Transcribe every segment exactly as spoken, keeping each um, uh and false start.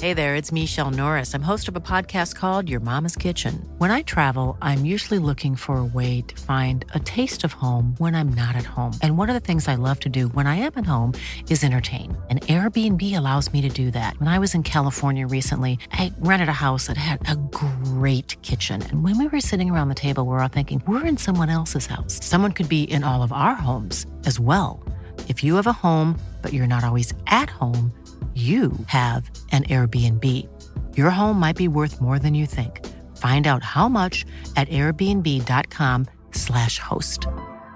Hey there, it's Michelle Norris. I'm host of a podcast called Your Mama's Kitchen. When I travel, I'm usually looking for a way to find a taste of home when I'm not at home. And one of the things I love to do when I am at home is entertain. And Airbnb allows me to do that. When I was in California recently, I rented a house that had a great kitchen. And when we were sitting around the table, we were all thinking, we're in someone else's house. Someone could be in all of our homes as well. If you have a home, but you're not always at home, you have an Airbnb. Your home might be worth more than you think. Find out how much at airbnb.com slash host.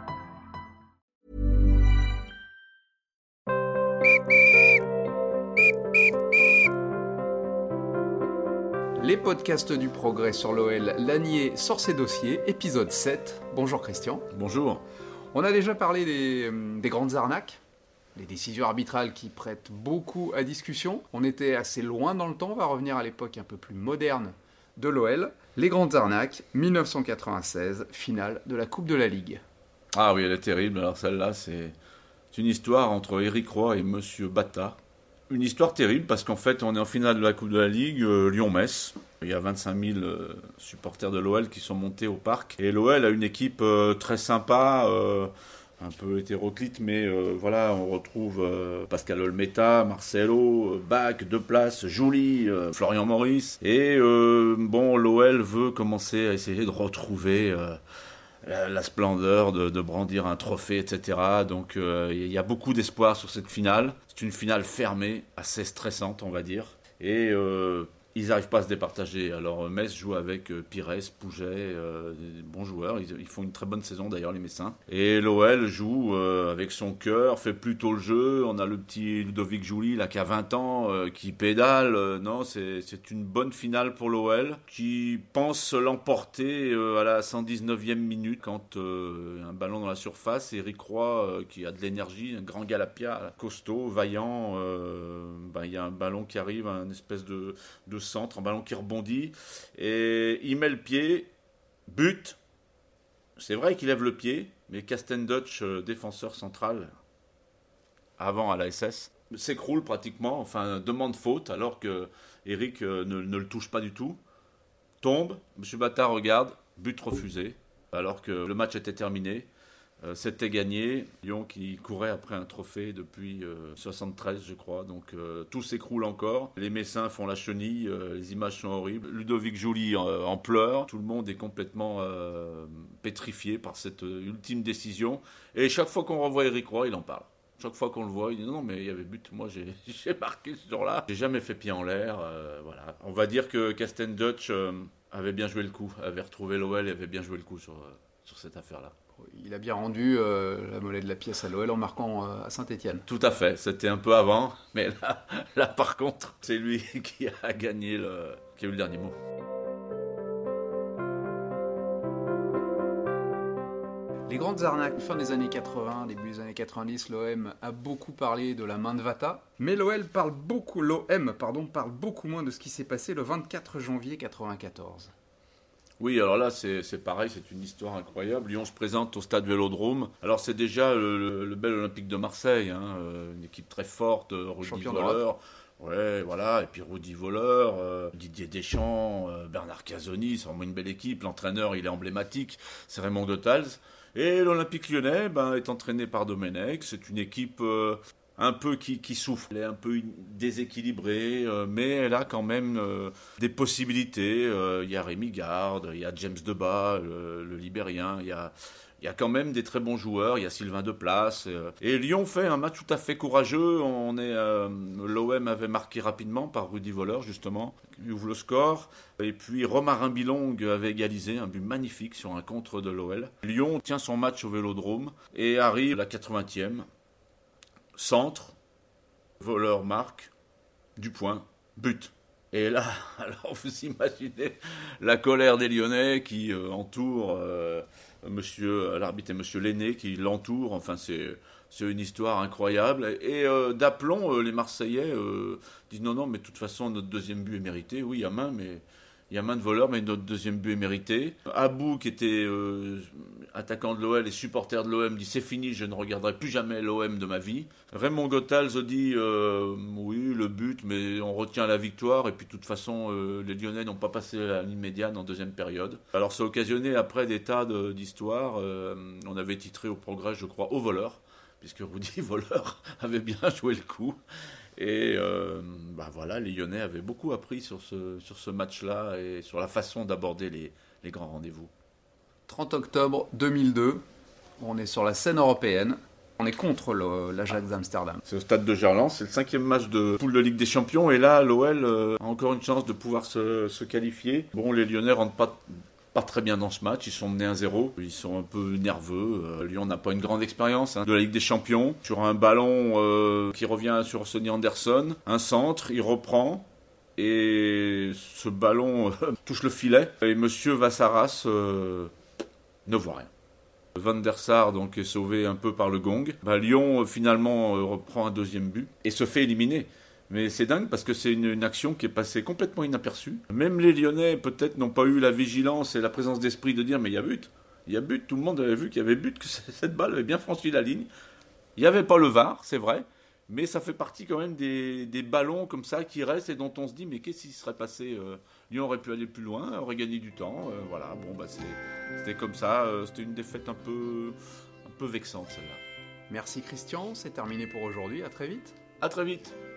Les podcasts du Progrès sur l'O L, Lanier sort ses dossiers, épisode sept. Bonjour Christian. Bonjour. On a déjà parlé des, des grandes arnaques, les décisions arbitrales qui prêtent beaucoup à discussion. On était assez loin dans le temps, on va revenir à l'époque un peu plus moderne de l'O L. Les grandes arnaques, dix-neuf cent quatre-vingt-seize, finale de la Coupe de la Ligue. Ah oui, elle est terrible. Alors celle-là, c'est une histoire entre Éric Roy et Monsieur Bata. Une histoire terrible parce qu'en fait, on est en finale de la Coupe de la Ligue, euh, Lyon-Metz. Il y a vingt-cinq mille euh, supporters de l'O L qui sont montés au parc. Et l'O L a une équipe euh, très sympa, euh, un peu hétéroclite, mais euh, voilà, on retrouve euh, Pascal Olmeta, Marcelo, euh, Bach, Deplace, Joly, euh, Florian Maurice. Et euh, bon, l'O L veut commencer à essayer de retrouver euh, la, la splendeur de, de brandir un trophée, et cetera. Donc euh, il y a beaucoup d'espoir sur cette finale. C'est une finale fermée, assez stressante, on va dire. Et euh, ils n'arrivent pas à se départager. Alors Metz joue avec euh, Pires, Pouget, euh, des bons joueurs. Ils, ils font une très bonne saison d'ailleurs, les Messins. Et l'O L joue euh, avec son cœur, fait plutôt le jeu. On a le petit Ludovic Joly là, qui a vingt ans, euh, qui pédale. Euh, non, c'est, c'est une bonne finale pour l'O L, qui pense l'emporter euh, à la cent dix-neuvième minute quand euh, un ballon dans la surface. Éric Roy, euh, qui a de l'énergie, un grand galapia, costaud, vaillant. Euh, ben, y a un ballon qui arrive, un espèce de, de centre, un ballon qui rebondit, et il met le pied, but. C'est vrai qu'il lève le pied, mais Castendutch, euh, défenseur central, avant à la S S, s'écroule pratiquement, enfin demande faute, alors que Eric euh, ne, ne le touche pas du tout, tombe, M. Bata regarde, but refusé, alors que le match était terminé. Euh, c'était gagné. Lyon qui courait après un trophée depuis euh, soixante-treize, je crois. Donc euh, tout s'écroule encore. Les Messins font la chenille. Euh, les images sont horribles. Ludovic Joly en, en pleurs. Tout le monde est complètement euh, pétrifié par cette euh, ultime décision. Et chaque fois qu'on revoit Éric Roy, il en parle. Chaque fois qu'on le voit, il dit non, mais il y avait but. Moi, j'ai, j'ai marqué ce jour-là. J'ai jamais fait pied en l'air. Euh, voilà. On va dire que Castendutch euh, avait bien joué le coup, avait retrouvé l'O L et avait bien joué le coup sur, euh, sur cette affaire-là. Il a bien rendu euh, la monnaie de la pièce à l'O L en marquant euh, à Saint-Étienne. Tout à fait, c'était un peu avant, mais là, là par contre, c'est lui qui a gagné, le, qui a eu le dernier mot. Les grandes arnaques, fin des années quatre-vingts, début des années quatre-vingt-dix, l'O M a beaucoup parlé de la main de Vata, mais l'O L parle beaucoup, l'O M pardon, parle beaucoup moins de ce qui s'est passé le vingt-quatre janvier quatre-vingt-quatorze. Oui, alors là, c'est, c'est pareil, c'est une histoire incroyable. Lyon se présente au stade Vélodrome. Alors, c'est déjà le, le, le bel Olympique de Marseille, hein, une équipe très forte, Rudy Voleur. Ouais, voilà, et puis Rudy Voleur, euh, Didier Deschamps, euh, Bernard Casoni, c'est vraiment une belle équipe. L'entraîneur, il est emblématique, c'est Raymond Goethals. Et l'Olympique lyonnais ben, est entraîné par Domenech. C'est une équipe euh, un peu qui, qui souffre. Elle est un peu déséquilibrée, euh, mais elle a quand même euh, des possibilités. Euh, il y a Rémi Garde, il y a James Debat, le, le Libérien, il y a... Il y a quand même des très bons joueurs, il y a Sylvain Deplace. Euh, et Lyon fait un match tout à fait courageux. On est, euh, l'O M avait marqué rapidement par Rudy Voleur, justement, qui ouvre le score. Et puis Romarin Bilong avait égalisé, un but magnifique sur un contre de l'O L. Lyon tient son match au Vélodrome et arrive la quatre-vingtième. Centre, Voleur marque, du point, but. Et là, alors vous imaginez la colère des Lyonnais qui euh, entourent euh, monsieur, l'arbitre et monsieur Lenné qui l'entourent. Enfin, c'est, c'est une histoire incroyable. Et euh, d'aplomb, euh, les Marseillais euh, disent non, non, mais de toute façon, notre deuxième but est mérité. Oui, à main, mais Il y a main de voleur, mais notre deuxième but est mérité. Abou, qui était euh, attaquant de l'O L et supporter de l'O M, dit c'est fini, je ne regarderai plus jamais l'O M de ma vie. Raymond Gothals dit euh, oui, le but, mais on retient la victoire. Et puis de toute façon, euh, les Lyonnais n'ont pas passé la ligne médiane en deuxième période. Alors ça a occasionné après des tas de, d'histoires. Euh, on avait titré au Progrès, je crois, au voleur, puisque Rudy Voleur avait bien joué le coup. Et euh, bah voilà, les Lyonnais avaient beaucoup appris sur ce, sur ce match-là et sur la façon d'aborder les, les grands rendez-vous. trente octobre deux mille deux, on est sur la scène européenne. On est contre le, l'Ajax d'Amsterdam. C'est au stade de Gerland, c'est le cinquième match de poule de Ligue des Champions. Et là, l'O L euh, a encore une chance de pouvoir se, se qualifier. Bon, les Lyonnais rentrent pas... pas très bien dans ce match, ils sont menés un zéro, ils sont un peu nerveux. Euh, Lyon n'a pas une grande expérience hein, de la Ligue des Champions. Sur un ballon euh, qui revient sur Sonny Anderson, un centre, il reprend et ce ballon euh, touche le filet et Monsieur Vassaras euh, ne voit rien. Van der Sar donc est sauvé un peu par le gong. Bah, Lyon euh, finalement euh, reprend un deuxième but et se fait éliminer. Mais c'est dingue parce que c'est une, une action qui est passée complètement inaperçue. Même les Lyonnais, peut-être, n'ont pas eu la vigilance et la présence d'esprit de dire « mais il y a but, il y a but ». Tout le monde avait vu qu'il y avait but, que cette balle avait bien franchi la ligne. Il n'y avait pas le V A R, c'est vrai, mais ça fait partie quand même des, des ballons comme ça qui restent et dont on se dit « mais qu'est-ce qui serait passé euh, Lyon aurait pu aller plus loin, aurait gagné du temps. Euh, » Voilà, bon, bah, c'est, c'était comme ça. Euh, c'était une défaite un peu, un peu vexante, celle-là. Merci Christian, c'est terminé pour aujourd'hui. À très vite. À très vite.